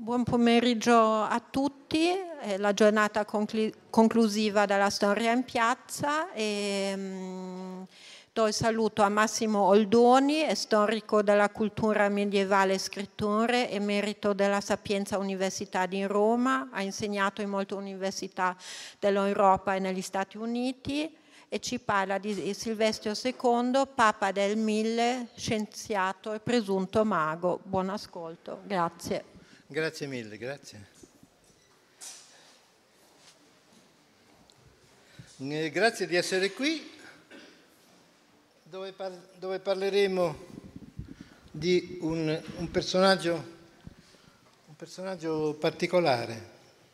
Buon pomeriggio a tutti, è la giornata conclusiva della Storia in Piazza e do il saluto a Massimo Oldoni, è storico della cultura medievale e scrittore, emerito della Sapienza Università di Roma, ha insegnato in molte università dell'Europa e negli Stati Uniti e ci parla di Silvestro II, Papa del 1000, scienziato e presunto mago. Buon ascolto, grazie. Grazie mille, grazie. Grazie di essere qui, dove parleremo di un personaggio particolare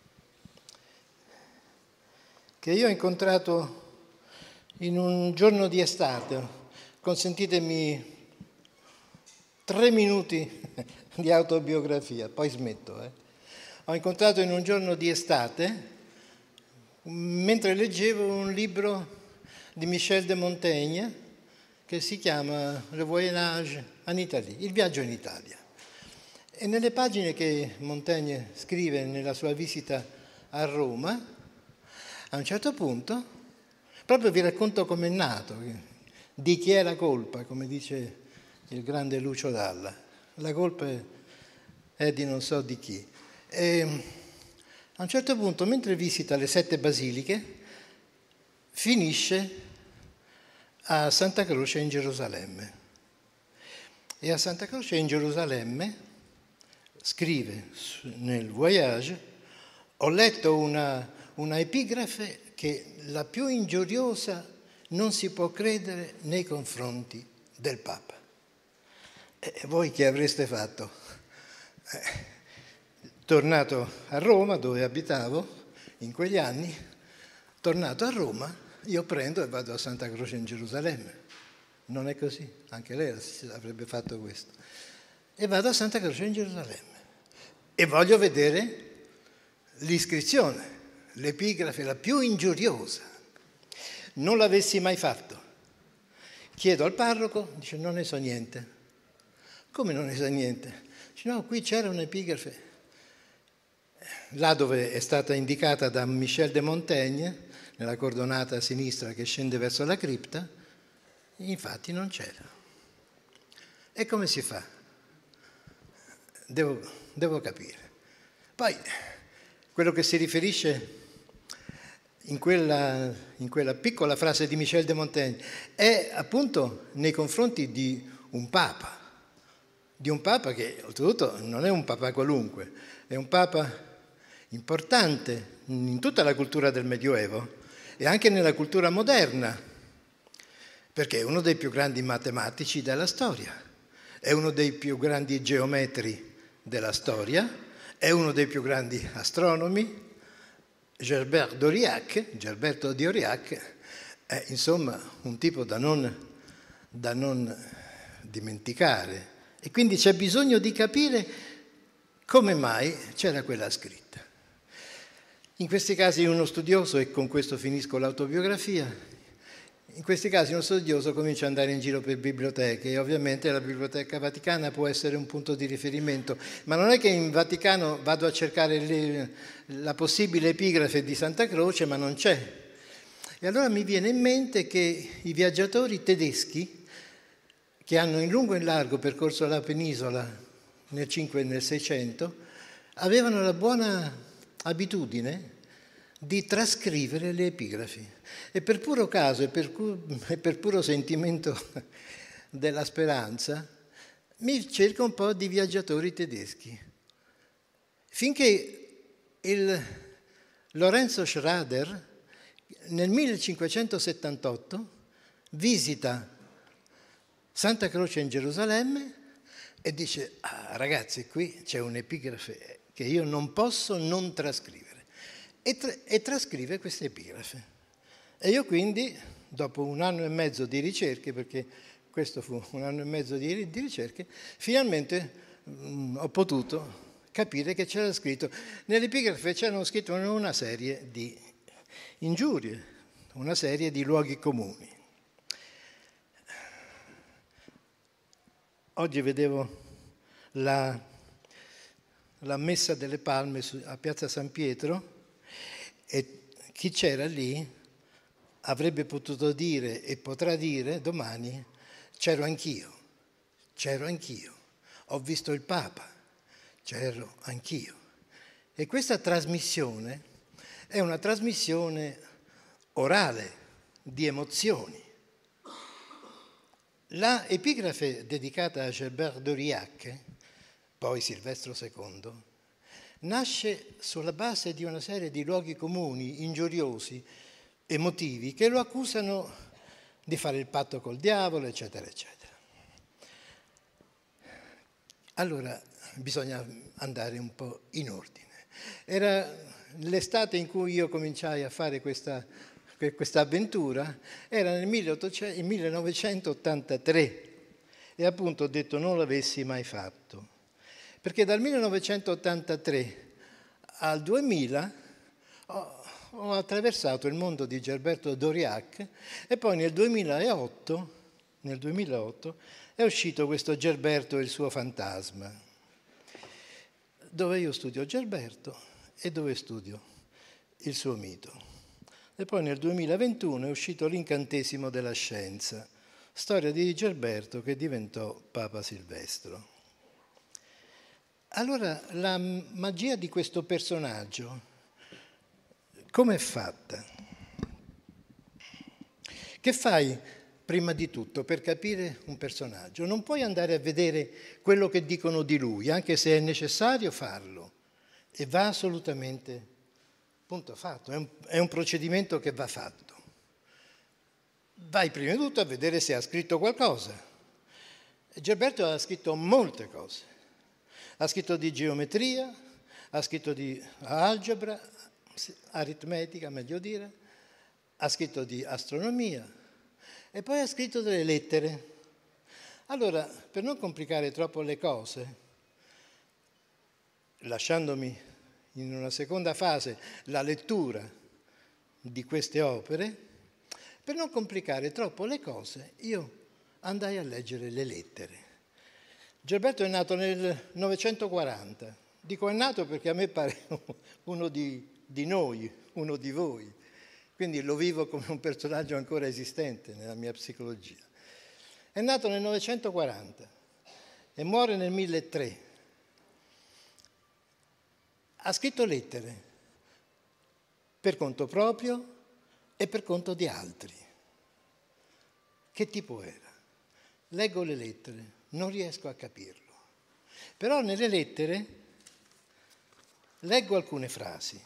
che io ho incontrato in un giorno di estate. Consentitemi 3 minuti di autobiografia, poi smetto. Ho incontrato in un giorno di estate, mentre leggevo un libro di Michel de Montaigne che si chiama Le Voyage en Italie, il viaggio in Italia. E nelle pagine che Montaigne scrive nella sua visita a Roma, a un certo punto, proprio vi racconto com'è nato, di chi è la colpa, come dice il grande Lucio Dalla. La colpa è di non so di chi. E a un certo punto, mentre visita le 7 basiliche, finisce a Santa Croce in Gerusalemme. E a Santa Croce in Gerusalemme scrive nel Voyage: ho letto una epigrafe che la più ingiuriosa non si può credere nei confronti del Papa. E voi che avreste fatto? Tornato a Roma, dove abitavo in quegli anni, tornato a Roma, io prendo e vado a Santa Croce in Gerusalemme. Non è così? Anche lei avrebbe fatto questo. E vado a Santa Croce in Gerusalemme e voglio vedere l'iscrizione, l'epigrafe, la più ingiuriosa. Non l'avessi mai fatto. Chiedo al parroco, dice: non ne so niente. Come non ne sa niente? Dice: no, qui c'era un'epigrafe. Là dove è stata indicata da Michel de Montaigne, nella cordonata a sinistra che scende verso la cripta, infatti non c'era. E come si fa? Devo capire. Poi, quello che si riferisce in quella piccola frase di Michel de Montaigne è appunto nei confronti di un Papa che oltretutto non è un Papa qualunque, è un Papa importante in tutta la cultura del Medioevo e anche nella cultura moderna, perché è uno dei più grandi matematici della storia, è uno dei più grandi geometri della storia, è uno dei più grandi astronomi. Gerberto di Aurillac è insomma un tipo da non dimenticare. E quindi c'è bisogno di capire come mai c'era quella scritta. In questi casi uno studioso, e con questo finisco l'autobiografia, in questi casi uno studioso comincia ad andare in giro per biblioteche e ovviamente la Biblioteca Vaticana può essere un punto di riferimento, ma non è che in Vaticano vado a cercare la possibile epigrafe di Santa Croce, ma non c'è. E allora mi viene in mente che i viaggiatori tedeschi, che hanno in lungo e in largo percorso la penisola nel 5 e nel 600, avevano la buona abitudine di trascrivere le epigrafi. E per puro caso e per puro sentimento della speranza mi cerco un po' di viaggiatori tedeschi. Finché il Lorenzo Schrader nel 1578 visita Santa Croce in Gerusalemme e dice: ragazzi, qui c'è un'epigrafe che io non posso non trascrivere. E trascrive questa epigrafe. E io quindi, dopo 1 anno e mezzo di ricerche, perché questo fu 1 anno e mezzo di ricerche, finalmente ho potuto capire che c'era scritto, nell'epigrafe c'erano scritto una serie di ingiurie, una serie di luoghi comuni. Oggi vedevo la Messa delle Palme a Piazza San Pietro e chi c'era lì avrebbe potuto dire e potrà dire domani: c'ero anch'io, ho visto il Papa, c'ero anch'io. E questa trasmissione è una trasmissione orale di emozioni. La epigrafe dedicata a Gerbert d'Aurillac, poi Silvestro II, nasce sulla base di una serie di luoghi comuni, ingiuriosi, emotivi, che lo accusano di fare il patto col diavolo, eccetera, eccetera. Allora bisogna andare un po' in ordine. Era l'estate in cui io cominciai a fare questa avventura, era nel 1983 e appunto ho detto non l'avessi mai fatto, perché dal 1983 al 2000 ho attraversato il mondo di Gerberto d'Aurillac e poi nel 2008 è uscito questo Gerberto e il suo fantasma, dove io studio Gerberto e dove studio il suo mito. E poi nel 2021 è uscito L'incantesimo della scienza, storia di Gerberto che diventò Papa Silvestro. Allora, la magia di questo personaggio, come è fatta? Che fai prima di tutto per capire un personaggio? Non puoi andare a vedere quello che dicono di lui, anche se è necessario farlo, e va assolutamente punto fatto, è un procedimento che va fatto. Vai prima di tutto a vedere se ha scritto qualcosa. Gerberto ha scritto molte cose. Ha scritto di geometria, ha scritto di algebra, aritmetica meglio dire, ha scritto di astronomia e poi ha scritto delle lettere. Allora, per non complicare troppo le cose, lasciandomi in una seconda fase la lettura di queste opere, per non complicare troppo le cose, io andai a leggere le lettere. Gerberto è nato nel 940. Dico è nato perché a me pare uno di noi, uno di voi. Quindi lo vivo come un personaggio ancora esistente nella mia psicologia. È nato nel 940 e muore nel 1300. Ha scritto lettere per conto proprio e per conto di altri. Che tipo era? Leggo le lettere, non riesco a capirlo. Però nelle lettere leggo alcune frasi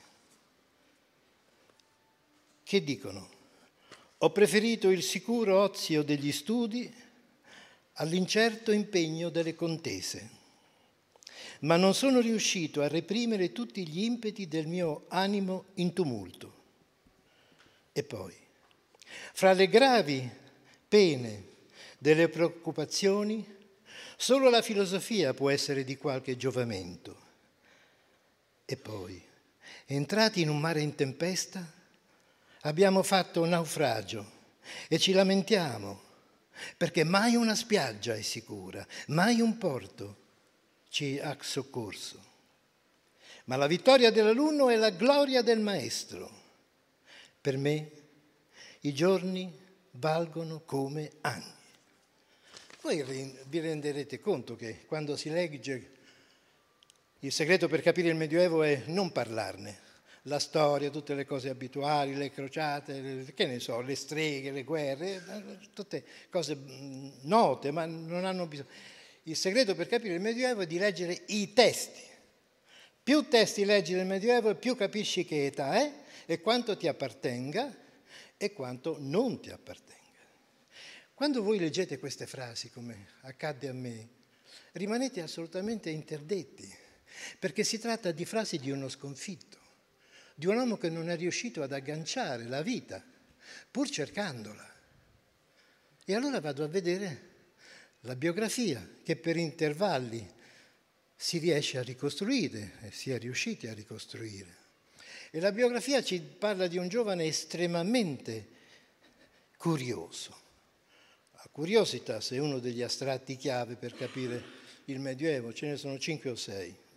che dicono: ho preferito il sicuro ozio degli studi all'incerto impegno delle contese, ma non sono riuscito a reprimere tutti gli impeti del mio animo in tumulto. E poi, fra le gravi pene delle preoccupazioni, solo la filosofia può essere di qualche giovamento. E poi, entrati in un mare in tempesta, abbiamo fatto un naufragio e ci lamentiamo perché mai una spiaggia è sicura, mai un porto ci ha soccorso. Ma la vittoria dell'alunno è la gloria del maestro. Per me i giorni valgono come anni. Voi vi renderete conto che quando si legge il segreto per capire il Medioevo è non parlarne. La storia, tutte le cose abituali, le crociate, che ne so, le streghe, le guerre, tutte cose note, ma non hanno bisogno. Il segreto per capire il Medioevo è di leggere i testi. Più testi leggi nel Medioevo, più capisci che età è e quanto ti appartenga e quanto non ti appartenga. Quando voi leggete queste frasi, come accadde a me, rimanete assolutamente interdetti, perché si tratta di frasi di uno sconfitto, di un uomo che non è riuscito ad agganciare la vita, pur cercandola. E allora vado a vedere la biografia che per intervalli si riesce a ricostruire e si è riusciti a ricostruire. E la biografia ci parla di un giovane estremamente curioso. La Curiositas è uno degli astratti chiave per capire il Medioevo, ce ne sono 5 o 6.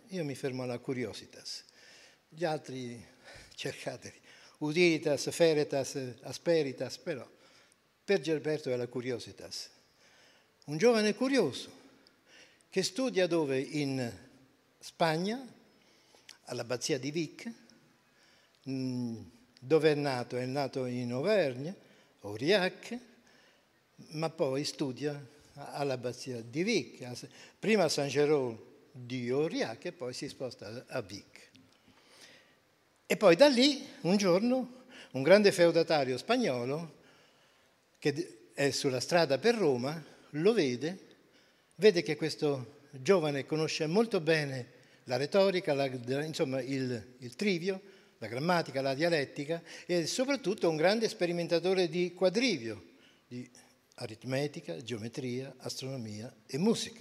io mi fermo alla curiositas. Gli altri cercateli, utilitas, feritas, asperitas, però per Gerberto è la curiositas. Un giovane curioso che studia dove? In Spagna, all'abbazia di Vic. Dove è nato in Auvergne, Aurillac, ma poi studia all'abbazia di Vic, prima a Saint-Géraud di Aurillac e poi si sposta a Vic. E poi da lì, un giorno, un grande feudatario spagnolo, che è sulla strada per Roma, lo vede che questo giovane conosce molto bene la retorica, insomma il trivio, la grammatica, la dialettica e soprattutto un grande sperimentatore di quadrivio, di aritmetica, geometria, astronomia e musica.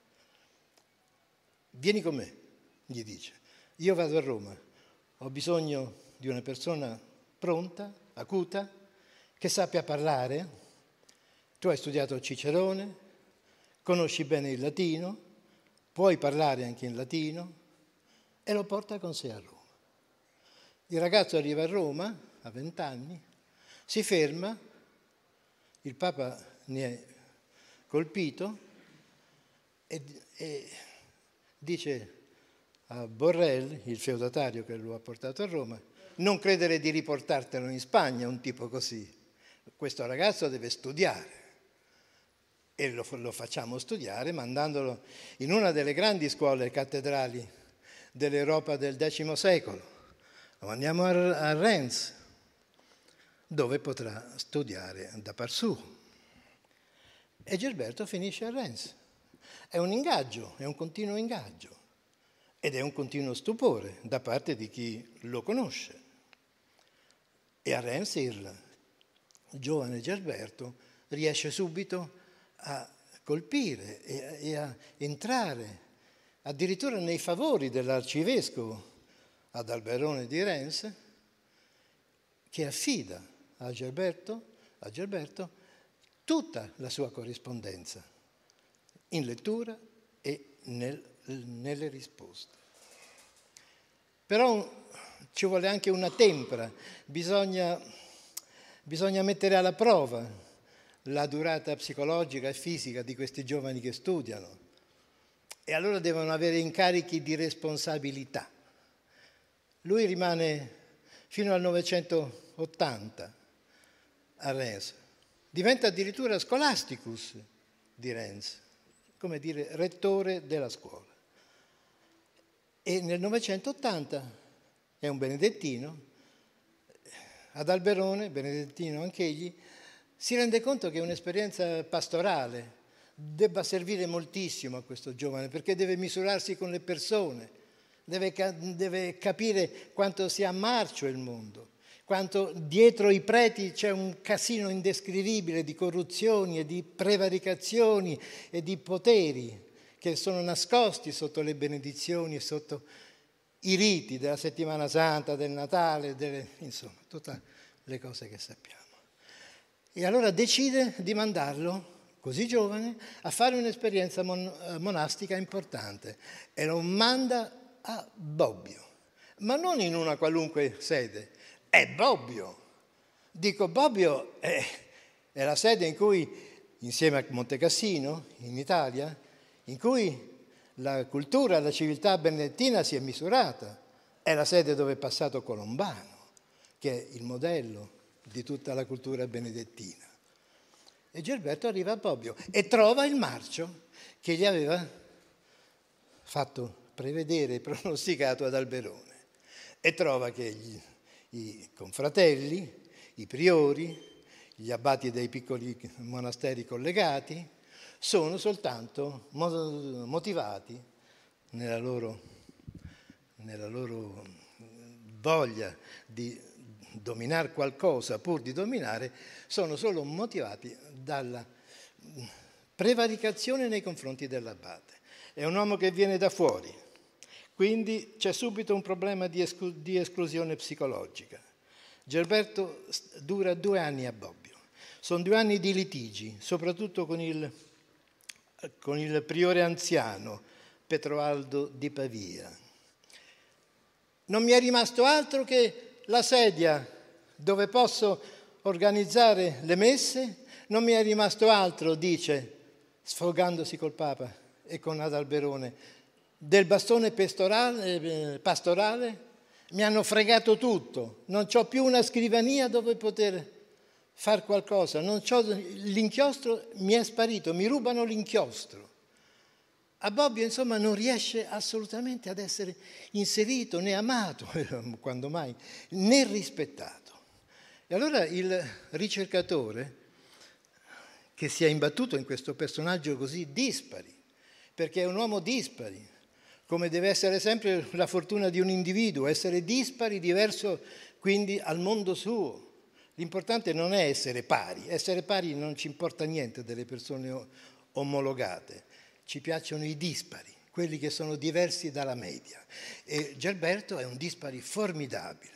Vieni con me, gli dice. Io vado a Roma, ho bisogno di una persona pronta, acuta, che sappia parlare. Tu hai studiato Cicerone, conosci bene il latino, puoi parlare anche in latino e lo porta con sé a Roma. Il ragazzo arriva a Roma a 20 anni, si ferma, il Papa ne è colpito e dice a Borrell, il feudatario che lo ha portato a Roma, non credere di riportartelo in Spagna, un tipo così. Questo ragazzo deve studiare. E lo facciamo studiare mandandolo in una delle grandi scuole cattedrali dell'Europa del X secolo. Lo mandiamo a Reims, dove potrà studiare da par suo. E Gerberto finisce a Reims. È un ingaggio, è un continuo ingaggio ed è un continuo stupore da parte di chi lo conosce. E a Reims il giovane Gerberto riesce subito a colpire e a entrare addirittura nei favori dell'arcivescovo ad Alberone di Reims, che affida a Gerberto tutta la sua corrispondenza in lettura e nelle risposte. Però ci vuole anche una tempra, bisogna mettere alla prova la durata psicologica e fisica di questi giovani che studiano e allora devono avere incarichi di responsabilità. Lui rimane fino al 980 a Reims, diventa addirittura scholasticus di Reims, come dire rettore della scuola. E nel 980 è un benedettino, ad Alberone, benedettino anch'egli, si rende conto che un'esperienza pastorale debba servire moltissimo a questo giovane, perché deve misurarsi con le persone, deve capire quanto sia marcio il mondo, quanto dietro i preti c'è un casino indescrivibile di corruzioni e di prevaricazioni e di poteri che sono nascosti sotto le benedizioni e sotto i riti della settimana santa, del Natale, insomma, tutte le cose che sappiamo. E allora decide di mandarlo, così giovane, a fare un'esperienza monastica importante e lo manda a Bobbio, ma non in una qualunque sede, è Bobbio. Dico, Bobbio è la sede in cui, insieme a Monte Cassino, in Italia, in cui la cultura, la civiltà benedettina si è misurata. È la sede dove è passato Colombano, che è il modello di tutta la cultura benedettina. E Gerberto arriva a Bobbio e trova il marcio che gli aveva fatto prevedere e pronosticato ad Alberone. E trova che i confratelli, i priori, gli abbati dei piccoli monasteri collegati sono soltanto motivati nella loro voglia di dominare qualcosa pur di dominare, sono solo motivati dalla prevaricazione nei confronti dell'abate. È un uomo che viene da fuori, quindi c'è subito un problema di esclusione psicologica. Gerberto dura 2 anni a Bobbio. Sono 2 anni di litigi, soprattutto con il priore anziano, Petroaldo di Pavia. Non mi è rimasto altro che la sedia dove posso organizzare le messe, non mi è rimasto altro, dice, sfogandosi col Papa e con Adalberone, del bastone pastorale, mi hanno fregato tutto, non c'ho più una scrivania dove poter far qualcosa, l'inchiostro mi è sparito, mi rubano l'inchiostro. A Bobbio, insomma, non riesce assolutamente ad essere inserito, né amato, quando mai, né rispettato. E allora il ricercatore, che si è imbattuto in questo personaggio così dispari, perché è un uomo dispari, come deve essere sempre la fortuna di un individuo, essere dispari, diverso quindi al mondo suo. L'importante non è essere pari non ci importa niente delle persone omologate, ci piacciono i dispari, quelli che sono diversi dalla media. E Gerberto è un dispari formidabile.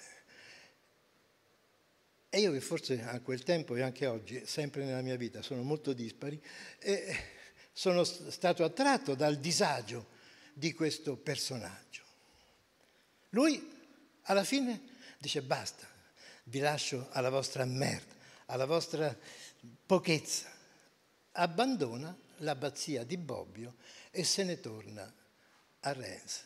E io che forse a quel tempo e anche oggi, sempre nella mia vita, sono molto dispari, sono stato attratto dal disagio di questo personaggio. Lui alla fine dice basta, vi lascio alla vostra merda, alla vostra pochezza. Abbandona l'abbazia di Bobbio e se ne torna a Reims.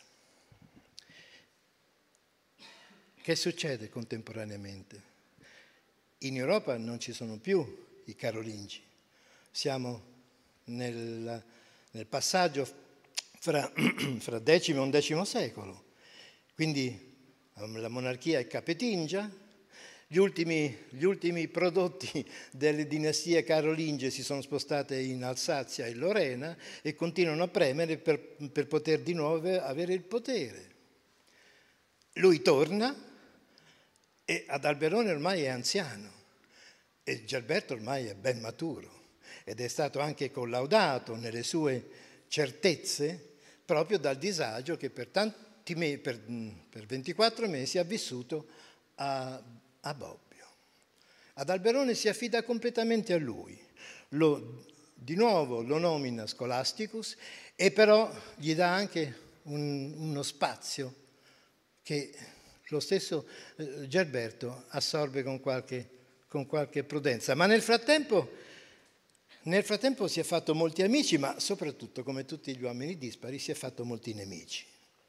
Che succede contemporaneamente? In Europa non ci sono più i carolingi, siamo nel passaggio fra X e XI secolo, quindi la monarchia è capetingia, gli ultimi prodotti delle dinastie carolingie si sono spostate in Alsazia e Lorena e continuano a premere per poter di nuovo avere il potere. Lui torna e Adalberone ormai è anziano e Gerberto ormai è ben maturo ed è stato anche collaudato nelle sue certezze proprio dal disagio che per 24 mesi ha vissuto a Bobbio. Adalberone si affida completamente a lui, di nuovo lo nomina Scholasticus e però gli dà anche uno spazio che lo stesso Gerberto assorbe con qualche prudenza. Ma nel frattempo si è fatto molti amici, ma soprattutto, come tutti gli uomini dispari, si è fatto molti nemici.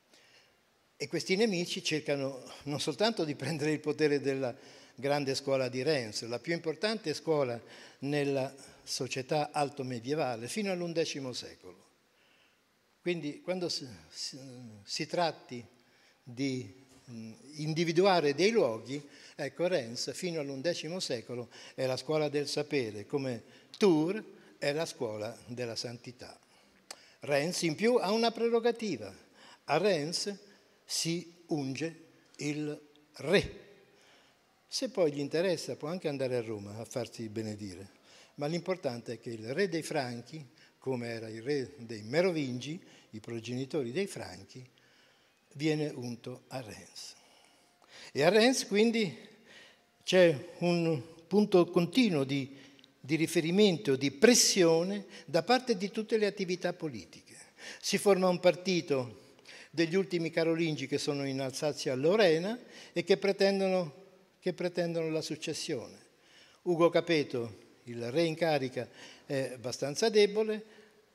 E questi nemici cercano non soltanto di prendere il potere della grande scuola di Reims, la più importante scuola nella società altomedievale, fino all'XI secolo. Quindi quando si tratti di individuare dei luoghi, ecco, Reims fino all'XI secolo è la scuola del sapere, come Tours è la scuola della santità. Reims in più ha una prerogativa. A Reims si unge il re. Se poi gli interessa può anche andare a Roma a farsi benedire, ma l'importante è che il re dei Franchi, come era il re dei Merovingi, i progenitori dei Franchi, viene unto a Reims. E a Reims quindi c'è un punto continuo di riferimento, di pressione da parte di tutte le attività politiche. Si forma un partito degli ultimi carolingi che sono in Alsazia-Lorena e che pretendono la successione. Ugo Capeto, il re in carica, è abbastanza debole,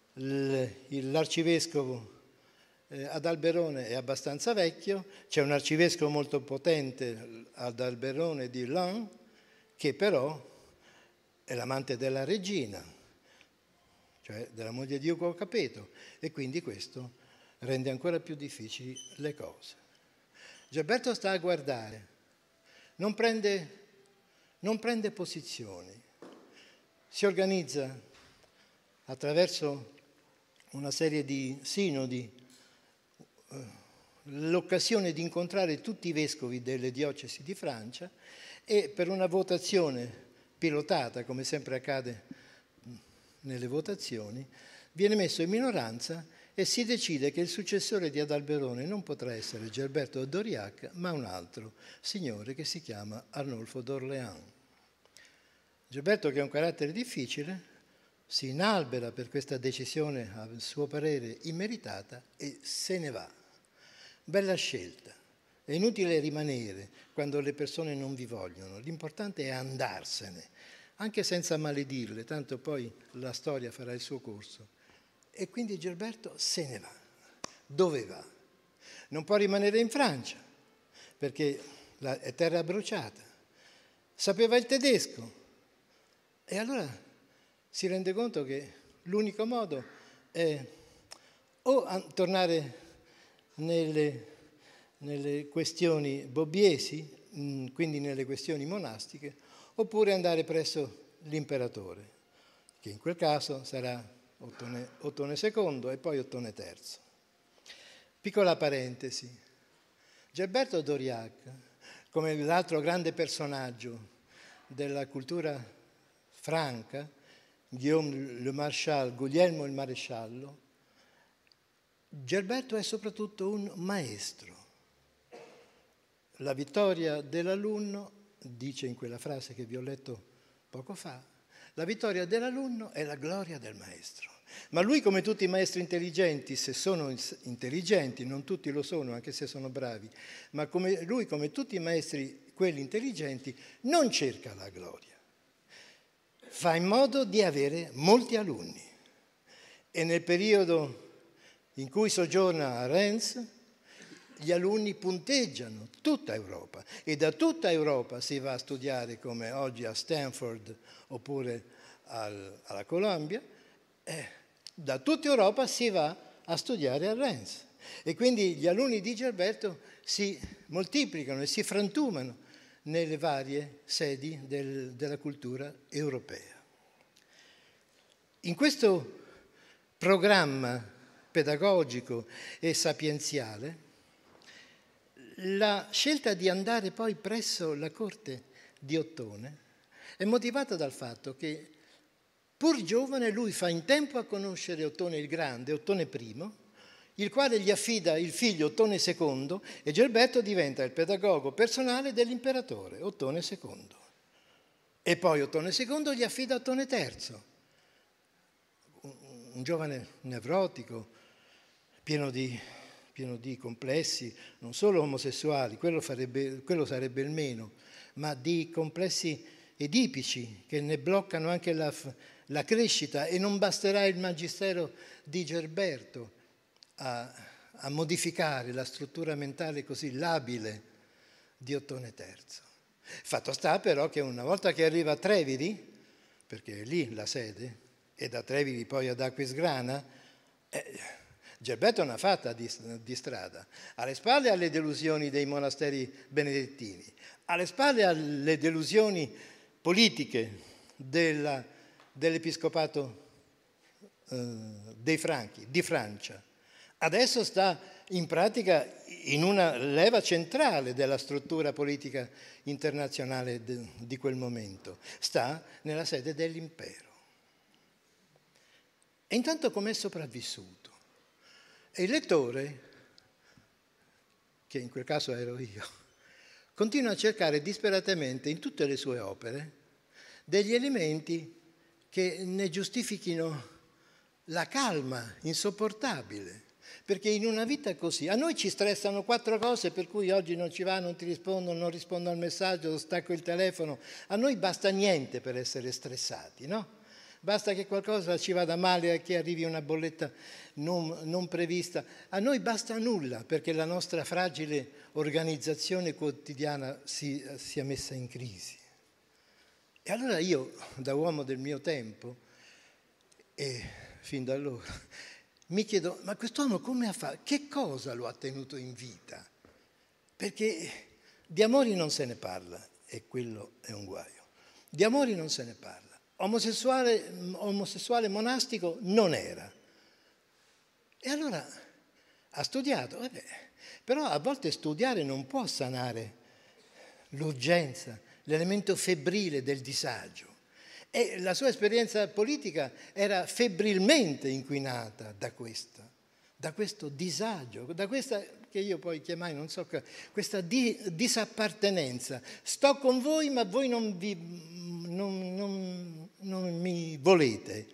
l'arcivescovo Adalberone è abbastanza vecchio, c'è un arcivescovo molto potente, Adalberone di Laon, che però è l'amante della regina, cioè della moglie di Ugo Capeto, e quindi questo rende ancora più difficili le cose. Gerberto sta a guardare, non prende posizioni, si organizza attraverso una serie di sinodi, l'occasione di incontrare tutti i vescovi delle diocesi di Francia e per una votazione pilotata, come sempre accade nelle votazioni, viene messo in minoranza e si decide che il successore di Adalberone non potrà essere Gerberto d'Aurillac, ma un altro signore che si chiama Arnolfo d'Orléans. Gerberto, che ha un carattere difficile, si inalbera per questa decisione, a suo parere, immeritata e se ne va. Bella scelta. È inutile rimanere quando le persone non vi vogliono, l'importante è andarsene, anche senza maledirle, tanto poi la storia farà il suo corso. E quindi Gerberto se ne va. Dove va? Non può rimanere in Francia, perché è terra bruciata. Sapeva il tedesco. E allora si rende conto che l'unico modo è o tornare nelle questioni bobbiesi, quindi nelle questioni monastiche, oppure andare presso l'imperatore, che in quel caso sarà Ottone II e poi Ottone III. Piccola parentesi, Gerberto d'Aurillac, come l'altro grande personaggio della cultura franca, Guglielmo il Maresciallo, Gerberto è soprattutto un maestro. La vittoria dell'alunno, dice in quella frase che vi ho letto poco fa, la vittoria dell'alunno è la gloria del maestro. Ma lui, come tutti i maestri intelligenti, se sono intelligenti, non tutti lo sono, anche se sono bravi, ma come tutti i maestri, quelli intelligenti, non cerca la gloria. Fa in modo di avere molti alunni. E nel periodo in cui soggiorna a Reims, gli alunni punteggiano tutta Europa e da tutta Europa si va a studiare, come oggi a Stanford oppure alla Columbia, da tutta Europa si va a studiare a Reims. E quindi gli alunni di Gerberto si moltiplicano e si frantumano nelle varie sedi della cultura europea. In questo programma pedagogico e sapienziale, la scelta di andare poi presso la corte di Ottone è motivata dal fatto che, pur giovane, lui fa in tempo a conoscere Ottone il Grande, Ottone I, il quale gli affida il figlio Ottone II e Gerberto diventa il pedagogo personale dell'imperatore, Ottone II. E poi Ottone II gli affida Ottone III, un giovane nevrotico, pieno di complessi, non solo omosessuali, quello sarebbe il meno, ma di complessi edipici che ne bloccano anche la crescita, e non basterà il magistero di Gerberto a modificare la struttura mentale così labile di Ottone III. Fatto sta però che una volta che arriva a Treviri, perché è lì la sede, e da Treviri poi ad Aquisgrana, Gerberto è una fatta di strada, alle spalle alle delusioni dei monasteri benedettini, alle spalle alle delusioni politiche dell'episcopato dei Franchi, di Francia. Adesso sta in pratica in una leva centrale della struttura politica internazionale di quel momento, sta nella sede dell'impero. E intanto com'è sopravvissuto? E il lettore, che in quel caso ero io, continua a cercare disperatamente in tutte le sue opere degli elementi che ne giustifichino la calma insopportabile. Perché in una vita così, a noi ci stressano 4 cose per cui oggi non ci va, non ti rispondo, non rispondo al messaggio, stacco il telefono. A noi basta niente per essere stressati, no? Basta che qualcosa ci vada male, che arrivi una bolletta non prevista. A noi basta nulla perché la nostra fragile organizzazione quotidiana sia messa in crisi. E allora io, da uomo del mio tempo, e fin da allora, mi chiedo, ma quest'uomo come ha fatto? Che cosa lo ha tenuto in vita? Perché di amori non se ne parla, e quello è un guaio. Di amori non se ne parla. Omosessuale monastico non era. E allora ha studiato, però a volte studiare non può sanare l'urgenza, l'elemento febbrile del disagio. E la sua esperienza politica era febbrilmente inquinata da questo disagio, da questa che io poi chiamai, non so, questa disappartenenza. Sto con voi, ma voi non mi volete.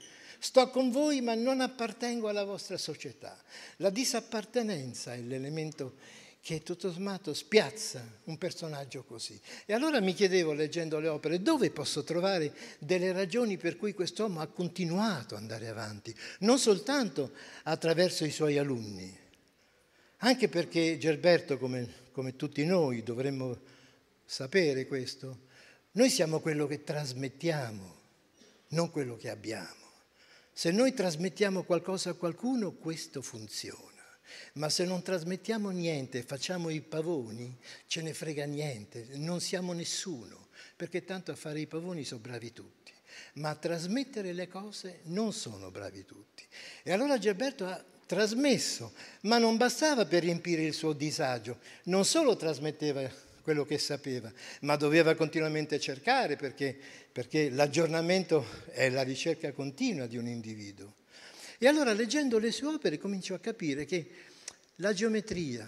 sto con voi ma non appartengo alla vostra società. La disappartenenza è l'elemento che tutto sommato spiazza un personaggio così. E allora mi chiedevo, leggendo le opere, dove posso trovare delle ragioni per cui quest'uomo ha continuato ad andare avanti, non soltanto attraverso i suoi alunni, anche perché Gerberto, come tutti noi, dovremmo sapere questo, noi siamo quello che trasmettiamo, non quello che abbiamo. Se noi trasmettiamo qualcosa a qualcuno, questo funziona. Ma se non trasmettiamo niente, facciamo i pavoni, ce ne frega niente, non siamo nessuno, perché tanto a fare i pavoni sono bravi tutti, ma a trasmettere le cose non sono bravi tutti. E allora Gerberto ha trasmesso, ma non bastava per riempire il suo disagio, non solo trasmetteva quello che sapeva, ma doveva continuamente cercare, perché l'aggiornamento è la ricerca continua di un individuo. E allora, leggendo le sue opere, comincio a capire che la geometria,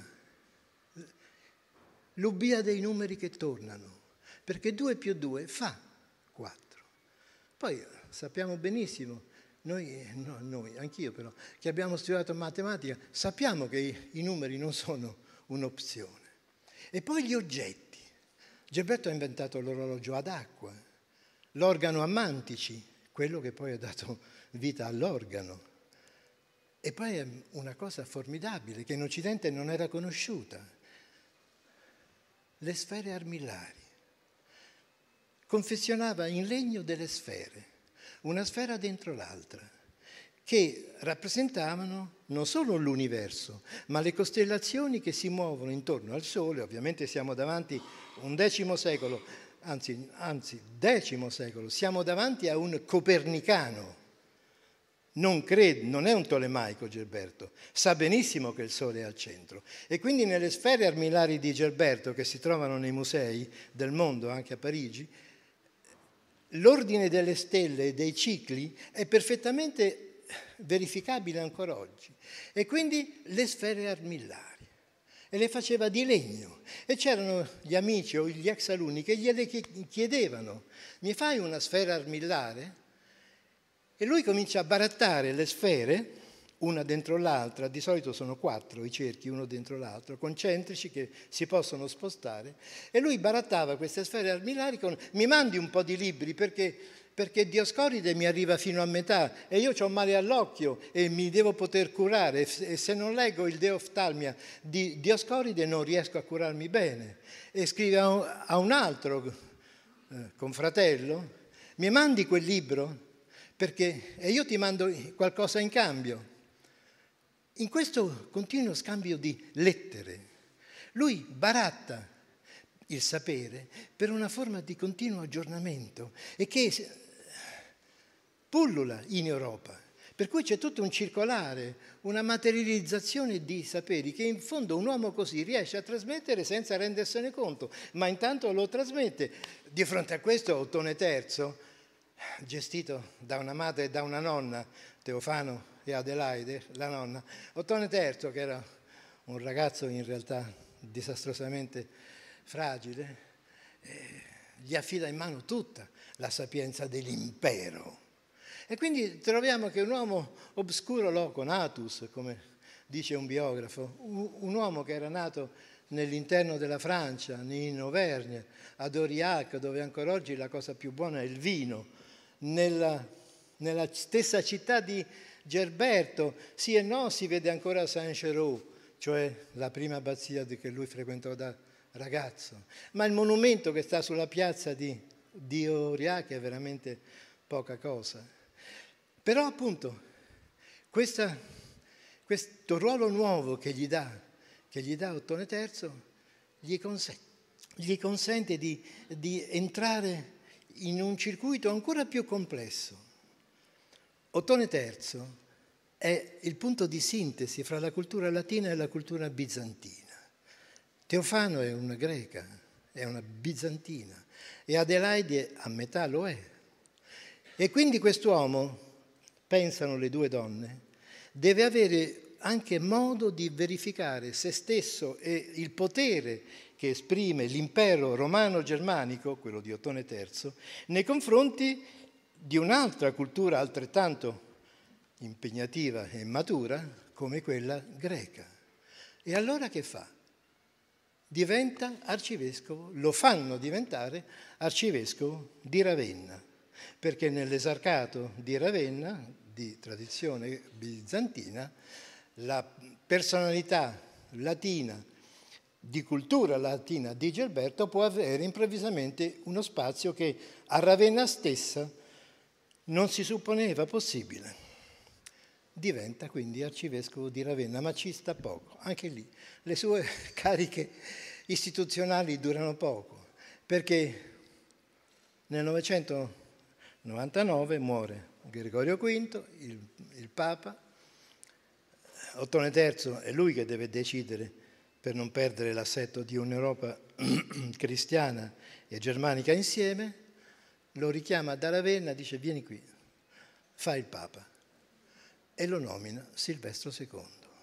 l'ubbia dei numeri che tornano, perché 2 più 2 fa 4. Poi sappiamo benissimo, anch'io però, che abbiamo studiato matematica, sappiamo che i numeri non sono un'opzione. E poi gli oggetti. Gerberto ha inventato l'orologio ad acqua, l'organo a mantici, quello che poi ha dato vita all'organo. E poi è una cosa formidabile che in Occidente non era conosciuta: le sfere armillari. Confezionava in legno delle sfere, una sfera dentro l'altra, che rappresentavano non solo l'universo, ma le costellazioni che si muovono intorno al Sole. Ovviamente siamo davanti a un X secolo, anzi X siamo davanti a un copernicano. Non è un tolemaico Gerberto, sa benissimo che il Sole è al centro. E quindi nelle sfere armillari di Gerberto, che si trovano nei musei del mondo, anche a Parigi, l'ordine delle stelle e dei cicli è perfettamente verificabile ancora oggi. E quindi le sfere armillari. E le faceva di legno. E c'erano gli amici o gli ex alunni che gliele chiedevano: mi fai una sfera armillare? E lui comincia a barattare le sfere, una dentro l'altra, di solito sono 4 i cerchi, uno dentro l'altro, concentrici che si possono spostare, e lui barattava queste sfere armillari con: mi mandi un po' di libri perché Dioscoride mi arriva fino a metà e io ho male all'occhio e mi devo poter curare, e se non leggo il De Oftalmia di Dioscoride non riesco a curarmi bene. E scrive a un altro confratello: mi mandi quel libro? E io ti mando qualcosa in cambio. In questo continuo scambio di lettere, lui baratta il sapere per una forma di continuo aggiornamento e che pullula in Europa. Per cui c'è tutto un circolare, una materializzazione di saperi che in fondo un uomo così riesce a trasmettere senza rendersene conto, ma intanto lo trasmette. Di fronte a questo Ottone III, gestito da una madre e da una nonna, Teofano e Adelaide, la nonna, Ottone III, che era un ragazzo in realtà disastrosamente fragile, gli affida in mano tutta la sapienza dell'impero. E quindi troviamo che un uomo obscuro loco natus, come dice un biografo, un uomo che era nato nell'interno della Francia, in Auvergne, ad Aurillac, dove ancora oggi la cosa più buona è il vino, nella stessa città di Gerberto, sì e no, si vede ancora Saint-Chéreau, cioè la prima abbazia che lui frequentò da ragazzo. Ma il monumento che sta sulla piazza di Aurillac è veramente poca cosa. Però appunto questo ruolo nuovo che gli dà Ottone III gli consente di entrare in un circuito ancora più complesso. Ottone III è il punto di sintesi fra la cultura latina e la cultura bizantina. Teofano è una greca, è una bizantina, e Adelaide a metà lo è. E quindi quest'uomo, pensano le due donne, deve avere anche modo di verificare se stesso e il potere che esprime l'impero romano-germanico, quello di Ottone III, nei confronti di un'altra cultura altrettanto impegnativa e matura come quella greca. E allora che fa? Diventa arcivescovo, lo fanno diventare arcivescovo di Ravenna, perché nell'esarcato di Ravenna, di tradizione bizantina, la personalità latina, di cultura latina di Gilberto può avere improvvisamente uno spazio che a Ravenna stessa non si supponeva possibile. Diventa quindi arcivescovo di Ravenna, ma ci sta poco. Anche lì le sue cariche istituzionali durano poco, perché nel 999 muore Gregorio V, il Papa. Ottone III è lui che deve decidere per non perdere l'assetto di un'Europa cristiana e germanica insieme. Lo richiama da Ravenna, dice vieni qui, fai il Papa. E lo nomina Silvestro II.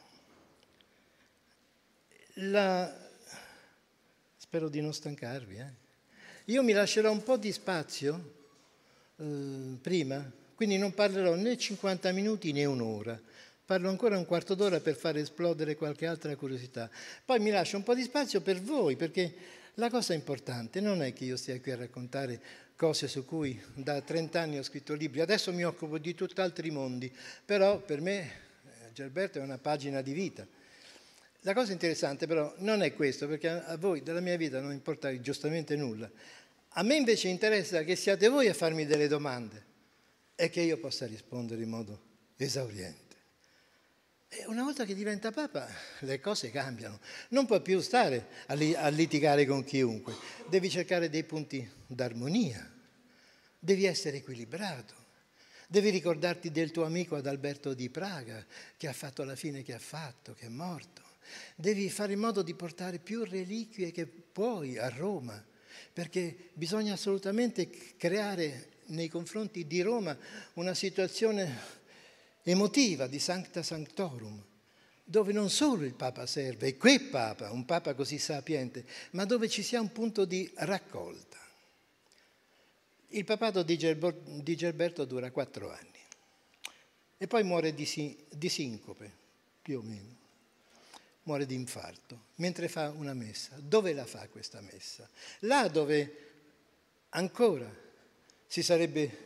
Spero di non stancarvi. Io mi lascerò un po' di spazio prima, quindi non parlerò né 50 minuti né un'ora. Parlo ancora un quarto d'ora per far esplodere qualche altra curiosità. Poi mi lascio un po' di spazio per voi, perché la cosa importante non è che io stia qui a raccontare cose su cui da 30 anni ho scritto libri. Adesso mi occupo di tutt'altri mondi, però per me Gilberto è una pagina di vita. La cosa interessante però non è questo, perché a voi della mia vita non importa giustamente nulla. A me invece interessa che siate voi a farmi delle domande e che io possa rispondere in modo esauriente. E una volta che diventa Papa le cose cambiano. Non può più stare a litigare con chiunque. Devi cercare dei punti d'armonia. Devi essere equilibrato. Devi ricordarti del tuo amico Adalberto di Praga, che ha fatto la fine che ha fatto, che è morto. Devi fare in modo di portare più reliquie che puoi a Roma, perché bisogna assolutamente creare nei confronti di Roma una situazione emotiva di Sancta Sanctorum, dove non solo il Papa serve, e quel Papa, un Papa così sapiente, ma dove ci sia un punto di raccolta. Il papato di Gilberto dura 4 anni e poi muore di sincope, più o meno. Muore di infarto, mentre fa una messa. Dove la fa questa messa? Là dove ancora si sarebbe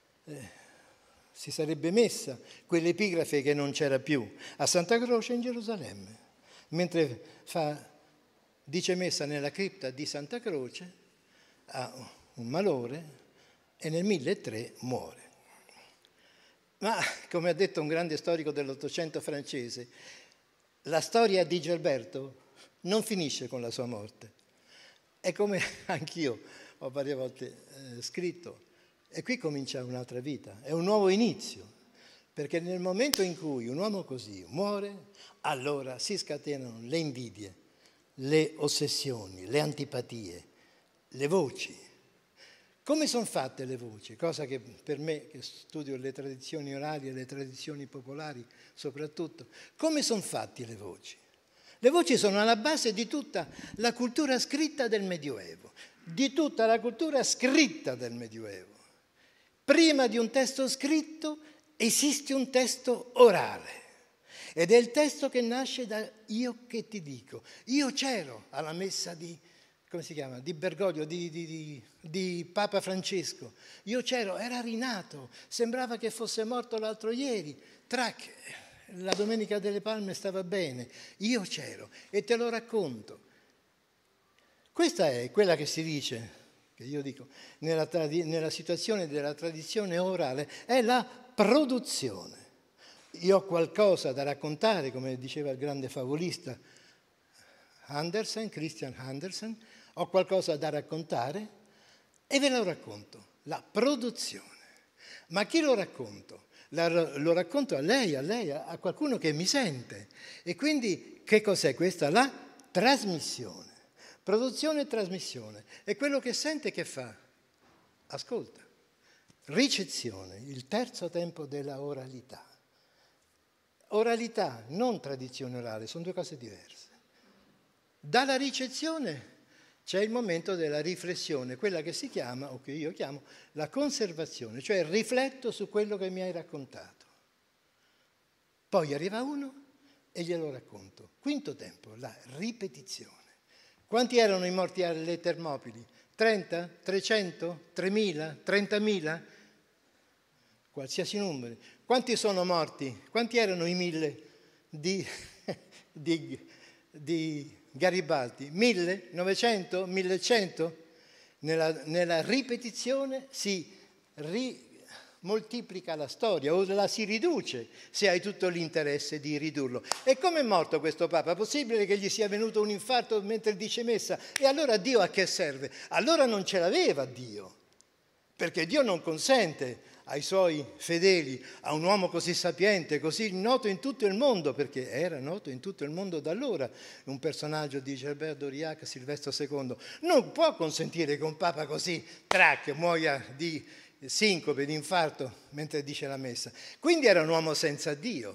messa quell'epigrafe che non c'era più, a Santa Croce in Gerusalemme. Mentre dice messa nella cripta di Santa Croce, ha un malore e nel 1003 muore. Ma, come ha detto un grande storico dell'Ottocento francese, la storia di Gilberto non finisce con la sua morte. È come anch'io ho varie volte scritto, e qui comincia un'altra vita, è un nuovo inizio, perché nel momento in cui un uomo così muore, allora si scatenano le invidie, le ossessioni, le antipatie, le voci. Come sono fatte le voci? Cosa che per me, che studio le tradizioni orali e le tradizioni popolari soprattutto, come sono fatte le voci? Le voci sono alla base di tutta la cultura scritta del Medioevo, di tutta la cultura scritta del Medioevo. Prima di un testo scritto esiste un testo orale ed è il testo che nasce da io che ti dico. Io c'ero alla messa di Bergoglio, di Papa Francesco. Io c'ero, era rinato, sembrava che fosse morto l'altro ieri. Trac, la Domenica delle Palme stava bene. Io c'ero e te lo racconto. Questa è quella che si dice, che io dico, nella situazione della tradizione orale, è la produzione. Io ho qualcosa da raccontare, come diceva il grande favolista Christian Andersen, ho qualcosa da raccontare e ve lo racconto, la produzione. Ma chi lo racconto? Lo racconto a lei, a qualcuno che mi sente. E quindi che cos'è questa? La trasmissione. Produzione e trasmissione. E quello che sente che fa? Ascolta. Ricezione, il terzo tempo della oralità. Oralità, non tradizione orale, sono due cose diverse. Dalla ricezione c'è il momento della riflessione, quella che si chiama, o che io chiamo, la conservazione, cioè rifletto su quello che mi hai raccontato. Poi arriva uno e glielo racconto. Quinto tempo, la ripetizione. Quanti erano i morti alle Termopili? 30? 300? 3.000? 30.000? Qualsiasi numero. Quanti sono morti? Quanti erano i 1.000 di Garibaldi? 1.000? 900? 1.100? Nella ripetizione si moltiplica la storia o la si riduce se hai tutto l'interesse di ridurlo. E come è morto questo Papa? È possibile che gli sia venuto un infarto mentre dice messa? E allora Dio a che serve? Allora non ce l'aveva Dio, perché Dio non consente ai suoi fedeli, a un uomo così sapiente, così noto in tutto il mondo, perché era noto in tutto il mondo da allora, un personaggio di Gerbert d'Aurillac, Silvestro II, non può consentire che un Papa così, muoia di sincope, di infarto, mentre dice la messa. Quindi era un uomo senza Dio.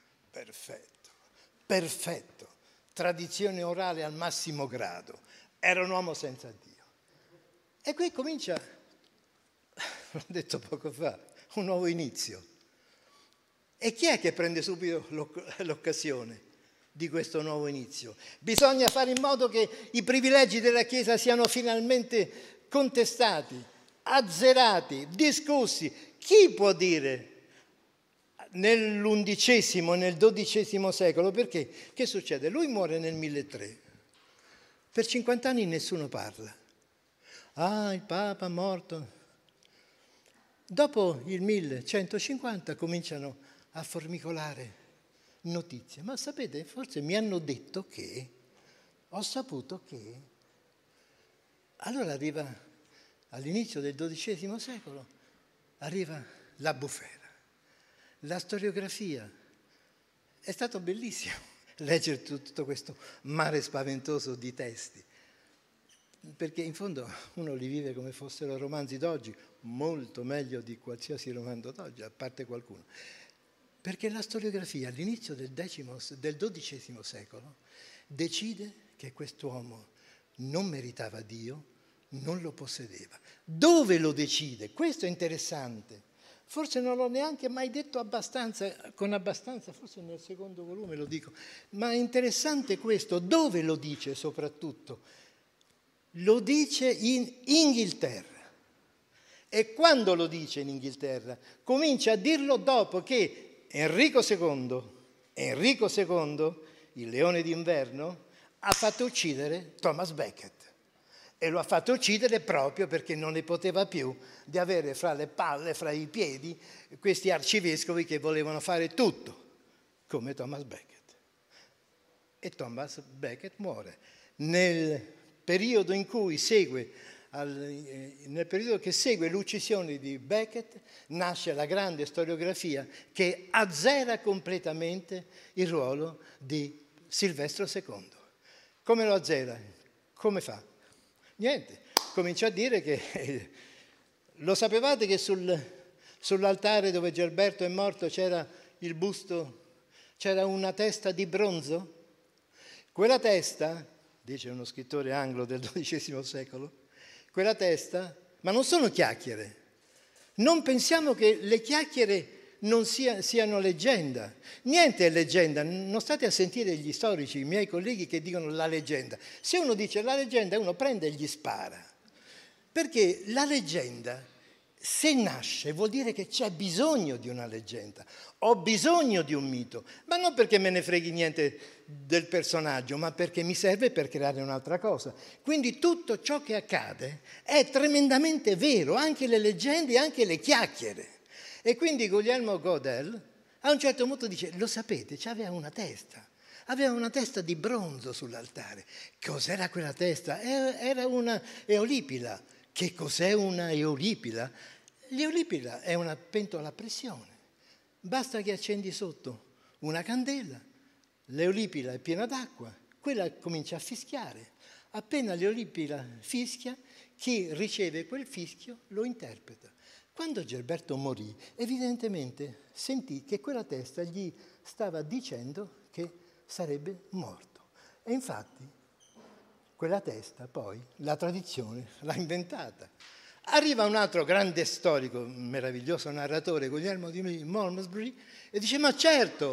Perfetto. Tradizione orale al massimo grado. Era un uomo senza Dio. E qui comincia, l'ho detto poco fa, un nuovo inizio. E chi è che prende subito l'occasione di questo nuovo inizio? Bisogna fare in modo che i privilegi della Chiesa siano finalmente contestati, azzerati, discussi. Chi può dire nell'XI, nel XII secolo? Perché? Che succede? Lui muore nel 1300. Per 50 anni nessuno parla. Ah, il Papa morto. Dopo il 1150 cominciano a formicolare notizie. Ma sapete, forse mi hanno detto che, ho saputo che, allora arriva all'inizio del XII secolo, arriva la bufera, la storiografia. È stato bellissimo leggere tutto questo mare spaventoso di testi, perché in fondo uno li vive come fossero romanzi d'oggi, molto meglio di qualsiasi romanzo d'oggi, a parte qualcuno. Perché la storiografia all'inizio del XII secolo decide che quest'uomo non meritava Dio, non lo possedeva. Dove lo decide? Questo è interessante. Forse non l'ho neanche mai detto con abbastanza, forse nel secondo volume lo dico, ma è interessante questo. Dove lo dice soprattutto? Lo dice in Inghilterra. E quando lo dice in Inghilterra? Comincia a dirlo dopo che Enrico II, il leone d'inverno, ha fatto uccidere Thomas Becket. E lo ha fatto uccidere proprio perché non ne poteva più di avere fra le palle, fra i piedi, questi arcivescovi che volevano fare tutto, come Thomas Becket. E Thomas Becket muore. Nel periodo che segue l'uccisione di Becket, nasce la grande storiografia che azzera completamente il ruolo di Silvestro II. Come lo azzera? Come fa? Niente, comincia a dire che lo sapevate che sull'altare dove Gerberto è morto c'era il busto, c'era una testa di bronzo? Quella testa, dice uno scrittore anglo del XII secolo, quella testa, ma non sono chiacchiere. Non pensiamo che le chiacchiere non siano leggenda. Niente è leggenda, non state a sentire gli storici, i miei colleghi che dicono la leggenda. Se uno dice la leggenda, uno prende e gli spara. Perché la leggenda, se nasce, vuol dire che c'è bisogno di una leggenda. Ho bisogno di un mito, ma non perché me ne freghi niente del personaggio, ma perché mi serve per creare un'altra cosa. Quindi tutto ciò che accade è tremendamente vero, anche le leggende, anche le chiacchiere. E quindi Guglielmo Godel a un certo punto dice, lo sapete, aveva una testa di bronzo sull'altare. Cos'era quella testa? Era una eolipila. Che cos'è una eolipila? L'eolipila è una pentola a pressione. Basta che accendi sotto una candela, l'eolipila è piena d'acqua, quella comincia a fischiare. Appena l'eolipila fischia, chi riceve quel fischio lo interpreta. Quando Gerberto morì, evidentemente sentì che quella testa gli stava dicendo che sarebbe morto. E infatti quella testa poi la tradizione l'ha inventata. Arriva un altro grande storico, meraviglioso narratore, Guglielmo di Malmesbury, e dice, ma certo,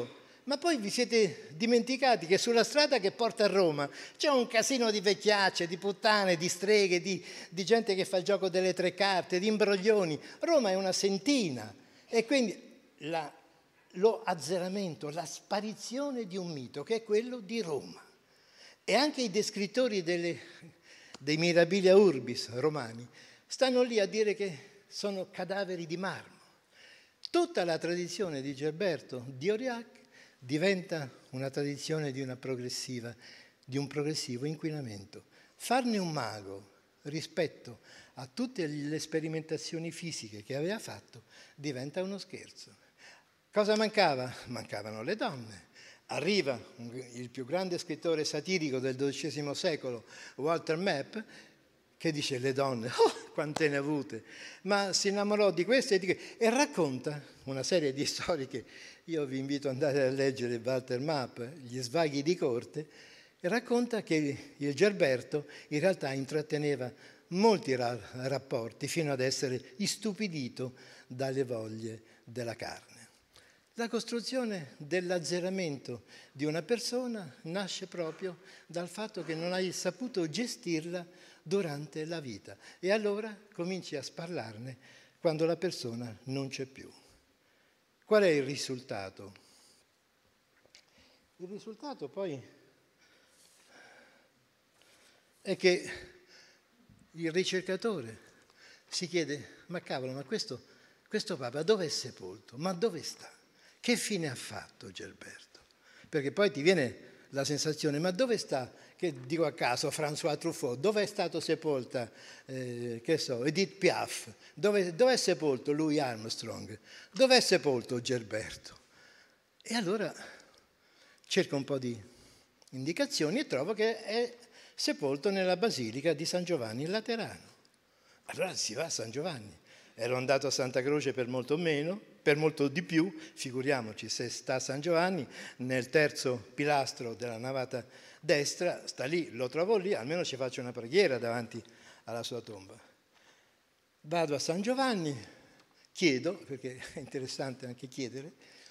Ma poi vi siete dimenticati che sulla strada che porta a Roma c'è un casino di vecchiacce, di puttane, di streghe, di gente che fa il gioco delle tre carte, di imbroglioni. Roma è una sentina e quindi lo azzeramento, la sparizione di un mito che è quello di Roma. E anche i descrittori dei mirabilia urbis romani stanno lì a dire che sono cadaveri di marmo. Tutta la tradizione di Gerberto di Aurillac diventa una tradizione di un progressivo inquinamento. Farne un mago rispetto a tutte le sperimentazioni fisiche che aveva fatto diventa uno scherzo. Cosa mancava? Mancavano le donne. Arriva il più grande scrittore satirico del XII secolo, Walter Map, che dice le donne, oh, quante ne ha avute, ma si innamorò di queste e racconta una serie di storie che io vi invito ad andare a leggere, Walter Map, Gli svaghi di corte, e racconta che il Gerberto in realtà intratteneva molti rapporti fino ad essere istupidito dalle voglie della carne. La costruzione dell'azzeramento di una persona nasce proprio dal fatto che non hai saputo gestirla durante la vita e allora cominci a sparlarne quando la persona non c'è più. Qual è il risultato? Il risultato poi è che il ricercatore si chiede, ma cavolo, ma questo Papa dove è sepolto? Ma dove sta? Che fine ha fatto Gerberto? Perché poi ti viene la sensazione, ma dove sta, che dico a caso, François Truffaut, dove è stato sepolta, Edith Piaf, dove è sepolto Louis Armstrong, dove è sepolto Gerberto? E allora cerco un po' di indicazioni e trovo che è sepolto nella Basilica di San Giovanni in Laterano. Allora si va a San Giovanni. Ero andato a Santa Croce per molto meno, per molto di più, figuriamoci se sta a San Giovanni, nel terzo pilastro della navata destra, sta lì, lo trovo lì, almeno ci faccio una preghiera davanti alla sua tomba. Vado a San Giovanni, chiedo, perché è interessante anche chiedere,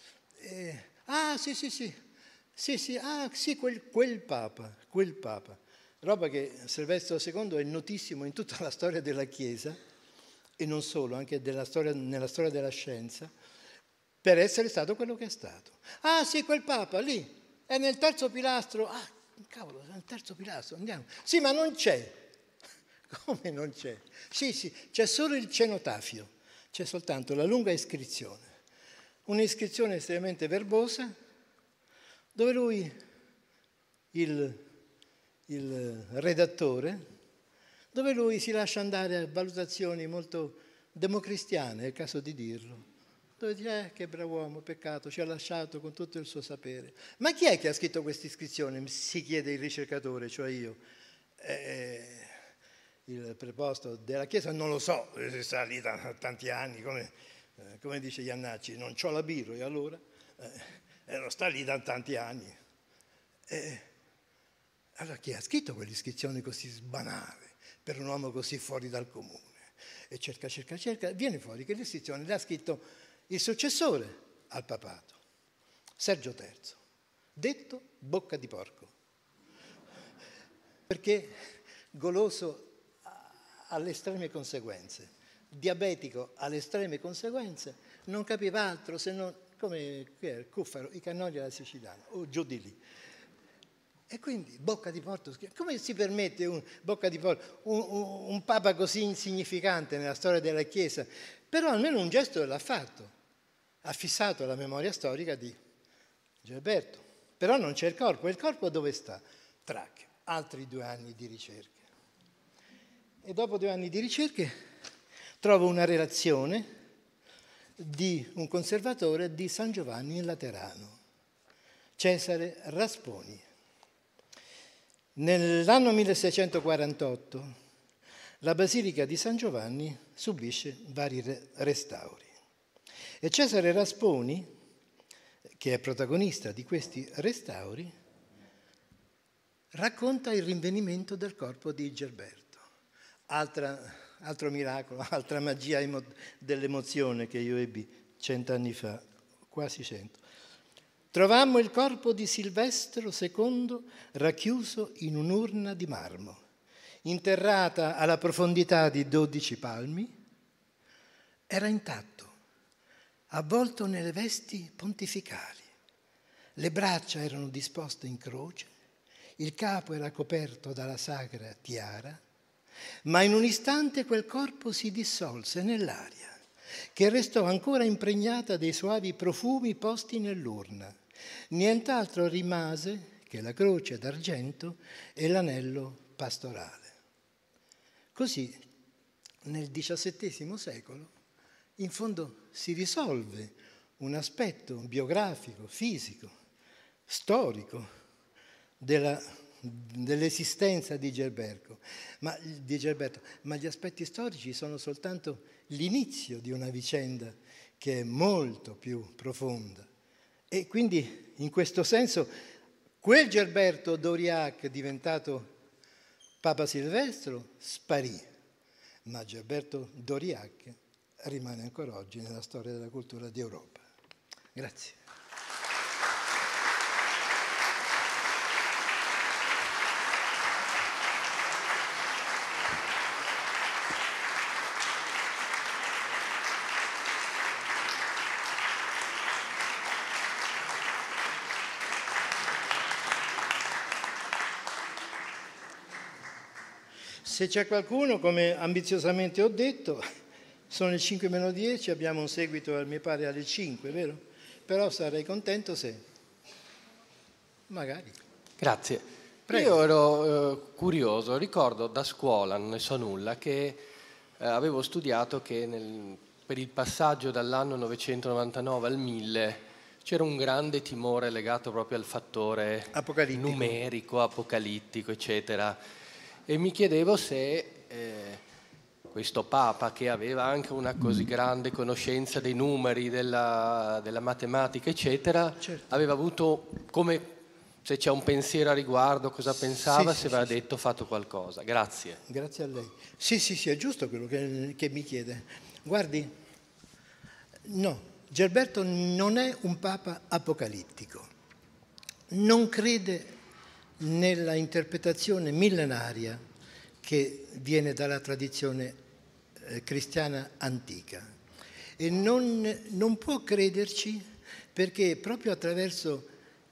quel Papa, roba che Silvestro II è notissimo in tutta la storia della Chiesa, e non solo, anche nella storia della scienza, per essere stato quello che è stato. Ah sì, quel Papa lì, è nel terzo pilastro. Ah, cavolo, è nel terzo pilastro, andiamo. Sì, ma non c'è. Come non c'è? Sì, c'è solo il cenotafio, c'è soltanto la lunga iscrizione. Un'iscrizione estremamente verbosa, dove lui, il redattore, dove lui si lascia andare a valutazioni molto democristiane, è il caso di dirlo, dove dice, che bravo uomo, peccato, ci ha lasciato con tutto il suo sapere. Ma chi è che ha scritto questa iscrizione? Si chiede il ricercatore, cioè io. Il preposto della Chiesa non lo so, sta lì da tanti anni, come dice Iannacci, non c'ho la birra, e allora non sta lì da tanti anni. Allora chi ha scritto quell'iscrizione così banale per un uomo così fuori dal comune? E cerca, viene fuori che l'iscrizione l'ha scritto il successore al papato, Sergio III, detto bocca di porco, perché goloso alle estreme conseguenze, diabetico alle estreme conseguenze, non capiva altro se non, come Cuffaro, i cannoli alla siciliana, o giù di lì. E quindi bocca di porco, come si permette un papa così insignificante nella storia della Chiesa? Però almeno un gesto l'ha fatto, ha fissato la memoria storica di Gerberto. Però non c'è il corpo, e il corpo dove sta? Trac, altri 2 anni di ricerche. E dopo 2 anni di ricerche trovo una relazione di un conservatore di San Giovanni in Laterano, Cesare Rasponi. Nell'anno 1648 la Basilica di San Giovanni subisce vari restauri e Cesare Rasponi, che è protagonista di questi restauri, racconta il rinvenimento del corpo di Gerberto. Altro miracolo, altra magia dell'emozione che io ebbi 100 anni fa, quasi 100. trovammo il corpo di Silvestro II racchiuso in un'urna di marmo, interrata alla profondità di 12 palmi. Era intatto, avvolto nelle vesti pontificali. Le braccia erano disposte in croce, il capo era coperto dalla sacra tiara, ma in un istante quel corpo si dissolse nell'aria, che restò ancora impregnata dei suavi profumi posti nell'urna. Nient'altro rimase che la croce d'argento e l'anello pastorale. Così, nel XVII secolo, in fondo si risolve un aspetto biografico, fisico, storico dell'esistenza di Gerberto, ma gli aspetti storici sono soltanto l'inizio di una vicenda che è molto più profonda. E quindi, in questo senso, quel Gerberto d'Aurillac diventato Papa Silvestro sparì, ma Gerberto d'Aurillac rimane ancora oggi nella storia della cultura d'Europa. Grazie. Se c'è qualcuno, come ambiziosamente ho detto, sono le 5:10, abbiamo un seguito, mi pare, alle 5, vero? Però sarei contento se... magari. Grazie. Prego. Io ero curioso, ricordo da scuola, non ne so nulla, che avevo studiato che per il passaggio dall'anno 999 al 1000 c'era un grande timore legato proprio al fattore numerico, apocalittico, eccetera. E mi chiedevo se questo Papa, che aveva anche una così grande conoscenza dei numeri, della matematica, eccetera, certo, aveva avuto, come se c'è un pensiero a riguardo, cosa pensava, se aveva detto, fatto qualcosa. Grazie. Grazie a lei. Sì, è giusto quello che mi chiede. Guardi, no, Gerberto non è un Papa apocalittico. Non crede nella interpretazione millenaria che viene dalla tradizione cristiana antica, e non può crederci perché proprio attraverso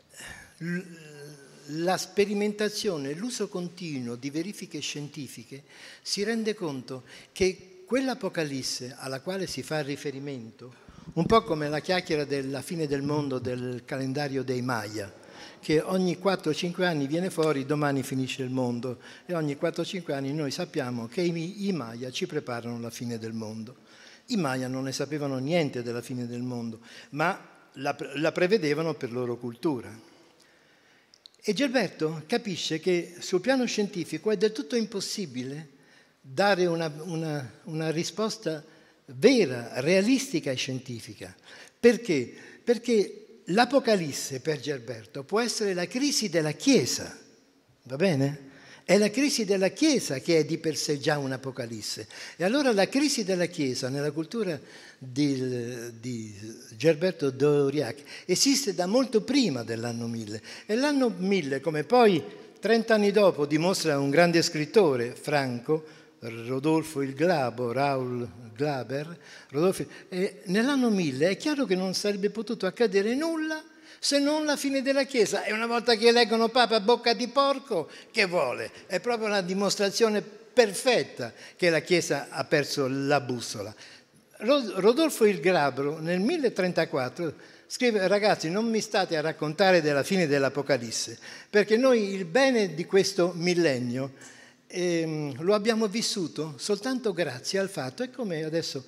la sperimentazione, l'uso continuo di verifiche scientifiche si rende conto che quell'Apocalisse alla quale si fa riferimento, un po' come la chiacchiera della fine del mondo del calendario dei Maya, che ogni 4-5 anni viene fuori, domani finisce il mondo, e ogni 4-5 anni noi sappiamo che i Maya ci preparano la fine del mondo. I Maya non ne sapevano niente della fine del mondo, ma la prevedevano per loro cultura. E Gerberto capisce che sul piano scientifico è del tutto impossibile dare una risposta vera, realistica e scientifica. Perché? Perché l'Apocalisse per Gerberto può essere la crisi della Chiesa, va bene? È la crisi della Chiesa che è di per sé già un'Apocalisse. E allora la crisi della Chiesa nella cultura di Gerberto d'Aurillac esiste da molto prima dell'anno 1000. E l'anno 1000, come poi 30 anni dopo dimostra un grande scrittore, Franco, Rodolfo il Glabo, Raoul Glaber, nell'anno 1000 è chiaro che non sarebbe potuto accadere nulla se non la fine della Chiesa. E una volta che eleggono Papa bocca di porco, che vuole? È proprio una dimostrazione perfetta che la Chiesa ha perso la bussola. Rodolfo il Glabro nel 1034 scrive: ragazzi, non mi state a raccontare della fine dell'Apocalisse, perché noi il bene di questo millennio lo abbiamo vissuto soltanto grazie al fatto, è come adesso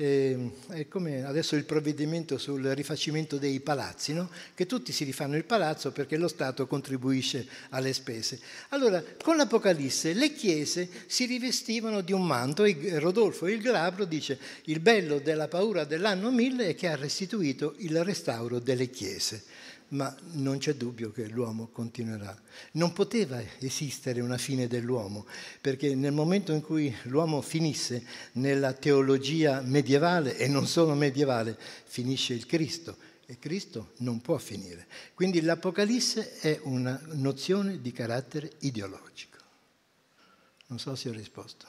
il provvedimento sul rifacimento dei palazzi, no? Che tutti si rifanno il palazzo perché lo Stato contribuisce alle spese. Allora, con l'Apocalisse le chiese si rivestivano di un manto, e Rodolfo il Glabro dice: il bello della paura dell'anno 1000 è che ha restituito il restauro delle chiese. Ma non c'è dubbio che l'uomo continuerà. Non poteva esistere una fine dell'uomo, perché nel momento in cui l'uomo finisse nella teologia medievale, e non solo medievale, finisce il Cristo. e Cristo non può finire. Quindi l'Apocalisse è una nozione di carattere ideologico. Non so se ho risposto.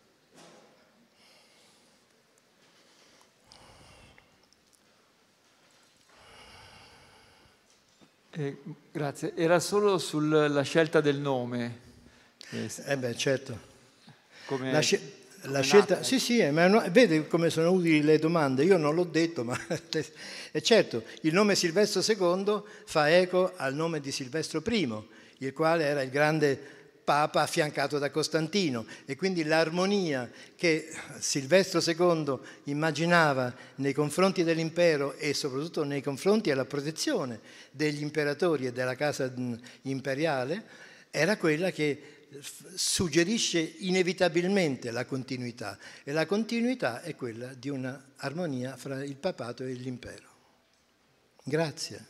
Grazie. Era solo sulla scelta del nome. Certo. Come La scelta, sì, ma vede come sono utili le domande. Io non l'ho detto, ma è certo, il nome Silvestro II fa eco al nome di Silvestro I, il quale era il grande Papa affiancato da Costantino, e quindi l'armonia che Silvestro II immaginava nei confronti dell'impero e soprattutto nei confronti della protezione degli imperatori e della casa imperiale era quella che suggerisce inevitabilmente la continuità, e la continuità è quella di una armonia fra il papato e l'impero. Grazie.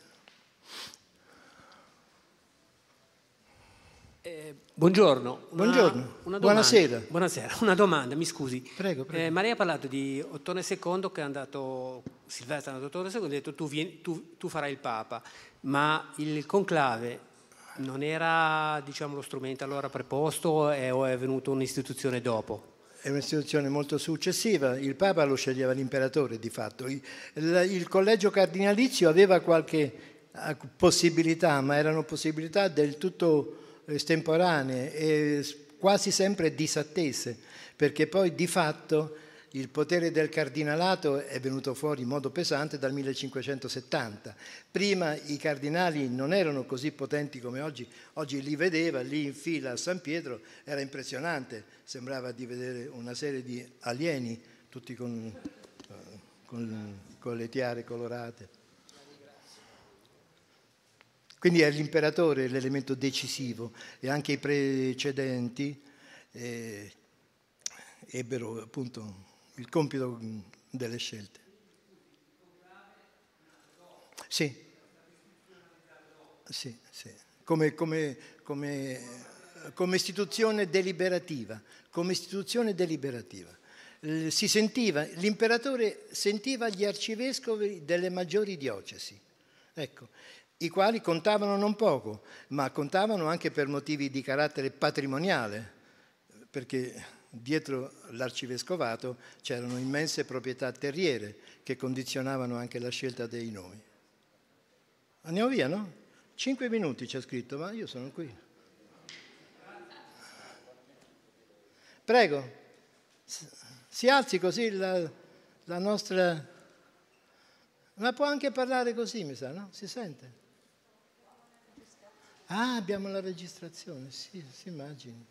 Buongiorno. Buongiorno. Una domanda. Buonasera. Buonasera. Una domanda, mi scusi. Prego. Maria ha parlato di Ottone II che è andato, Silvestro è andato a Ottone II, ha detto tu farai il Papa, ma il conclave non era, diciamo, lo strumento allora preposto o è venuto un'istituzione dopo? È un'istituzione molto successiva, il Papa lo sceglieva l'imperatore di fatto. Il collegio cardinalizio aveva qualche possibilità, ma erano possibilità del tutto estemporanee e quasi sempre disattese, perché poi di fatto il potere del cardinalato è venuto fuori in modo pesante dal 1570. Prima i cardinali non erano così potenti come oggi. Oggi li vedeva lì in fila a San Pietro, era impressionante, sembrava di vedere una serie di alieni, tutti con le tiare colorate. Quindi è l'imperatore l'elemento decisivo, e anche i precedenti ebbero appunto il compito delle scelte. Sì. Come istituzione deliberativa. L'imperatore sentiva gli arcivescovi delle maggiori diocesi, ecco, i quali contavano non poco, ma contavano anche per motivi di carattere patrimoniale, perché dietro l'arcivescovato c'erano immense proprietà terriere che condizionavano anche la scelta dei nomi. Andiamo via, no? 5 minuti c'è scritto, ma io sono qui. Prego, si alzi così la nostra... Ma può anche parlare così, mi sa, no? Si sente? Ah, abbiamo la registrazione, sì, si immagini.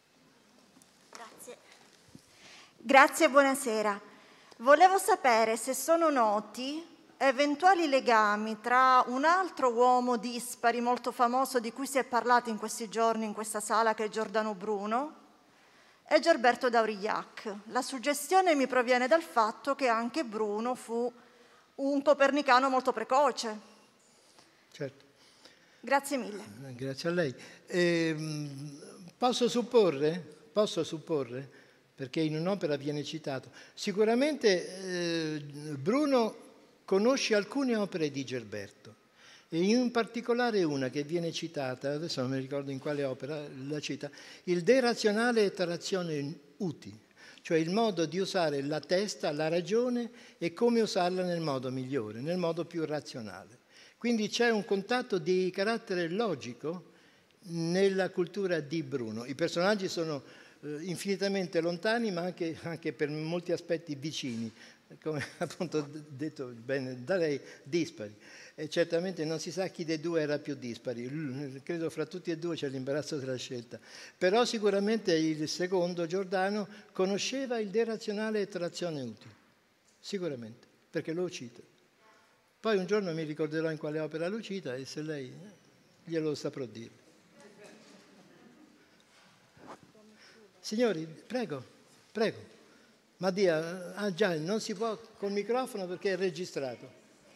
Grazie e buonasera. Volevo sapere se sono noti eventuali legami tra un altro uomo dispari molto famoso di cui si è parlato in questi giorni in questa sala, che è Giordano Bruno, e Gerberto d'Aurillac. La suggestione mi proviene dal fatto che anche Bruno fu un copernicano molto precoce. Certo. Grazie mille. Grazie a lei. Posso supporre, perché in un'opera viene citato, sicuramente Bruno conosce alcune opere di Gerberto, e in particolare una che viene citata, adesso non mi ricordo in quale opera la cita, il De razionale trazione uti, cioè il modo di usare la testa, la ragione, e come usarla nel modo migliore, nel modo più razionale. Quindi c'è un contatto di carattere logico nella cultura di Bruno. I personaggi sono infinitamente lontani, ma anche per molti aspetti vicini, come appunto detto bene da lei, dispari. E certamente non si sa chi dei due era più dispari, credo fra tutti e due c'è l'imbarazzo della scelta. Però sicuramente il secondo, Giordano, conosceva il de razionale trazione uti, sicuramente, perché lo cita. Poi un giorno mi ricorderò in quale opera lo cita, e se lei glielo saprò dire. Signori, prego. Ma dia, già, non si può col microfono perché è registrato.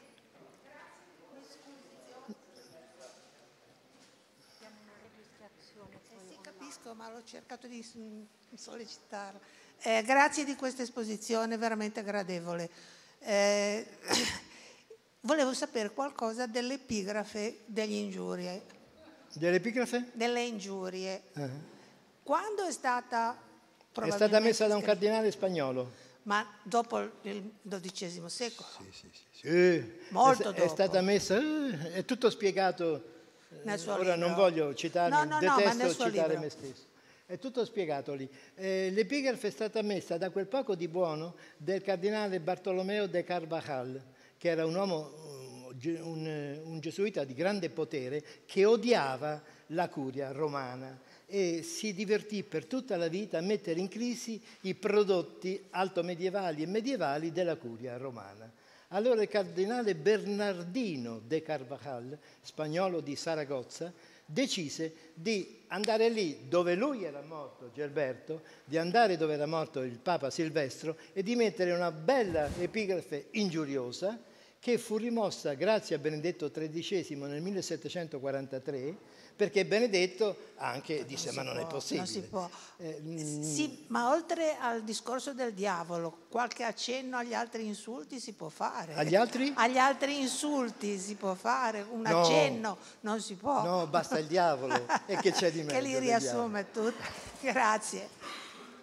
Sì, capisco, ma l'ho cercato di sollecitarla. Grazie di questa esposizione veramente gradevole. volevo sapere qualcosa dell'epigrafe degli ingiurie. Dell'epigrafe? Delle ingiurie. Quando è stata È stata messa da un cardinale spagnolo. Ma dopo il XII secolo? Sì. Molto È dopo. stata messa, è tutto spiegato. Nel suo Ora libro. non voglio citarmi, No, ma nel detesto suo citare libro. me stesso. È tutto spiegato lì. L'epigrafe è stata messa da quel poco di buono del cardinale Bartolomeo de Carvajal, che era un uomo, un gesuita di grande potere, che odiava la curia romana e si divertì per tutta la vita a mettere in crisi i prodotti altomedievali e medievali della curia romana. Allora il cardinale Bernardino de Carvajal, spagnolo di Saragozza, decise di andare lì dove lui era morto, Gerberto, di andare dove era morto il Papa Silvestro e di mettere una bella epigrafe ingiuriosa che fu rimossa grazie a Benedetto XIII nel 1743, perché Benedetto anche disse ma non è possibile. Non si può. Sì, ma oltre al discorso del diavolo, qualche accenno agli altri insulti si può fare. Agli altri? Agli altri insulti si può fare, un No. accenno non si può. No, basta il diavolo. E che c'è di meglio Che li del riassume tutti. Grazie.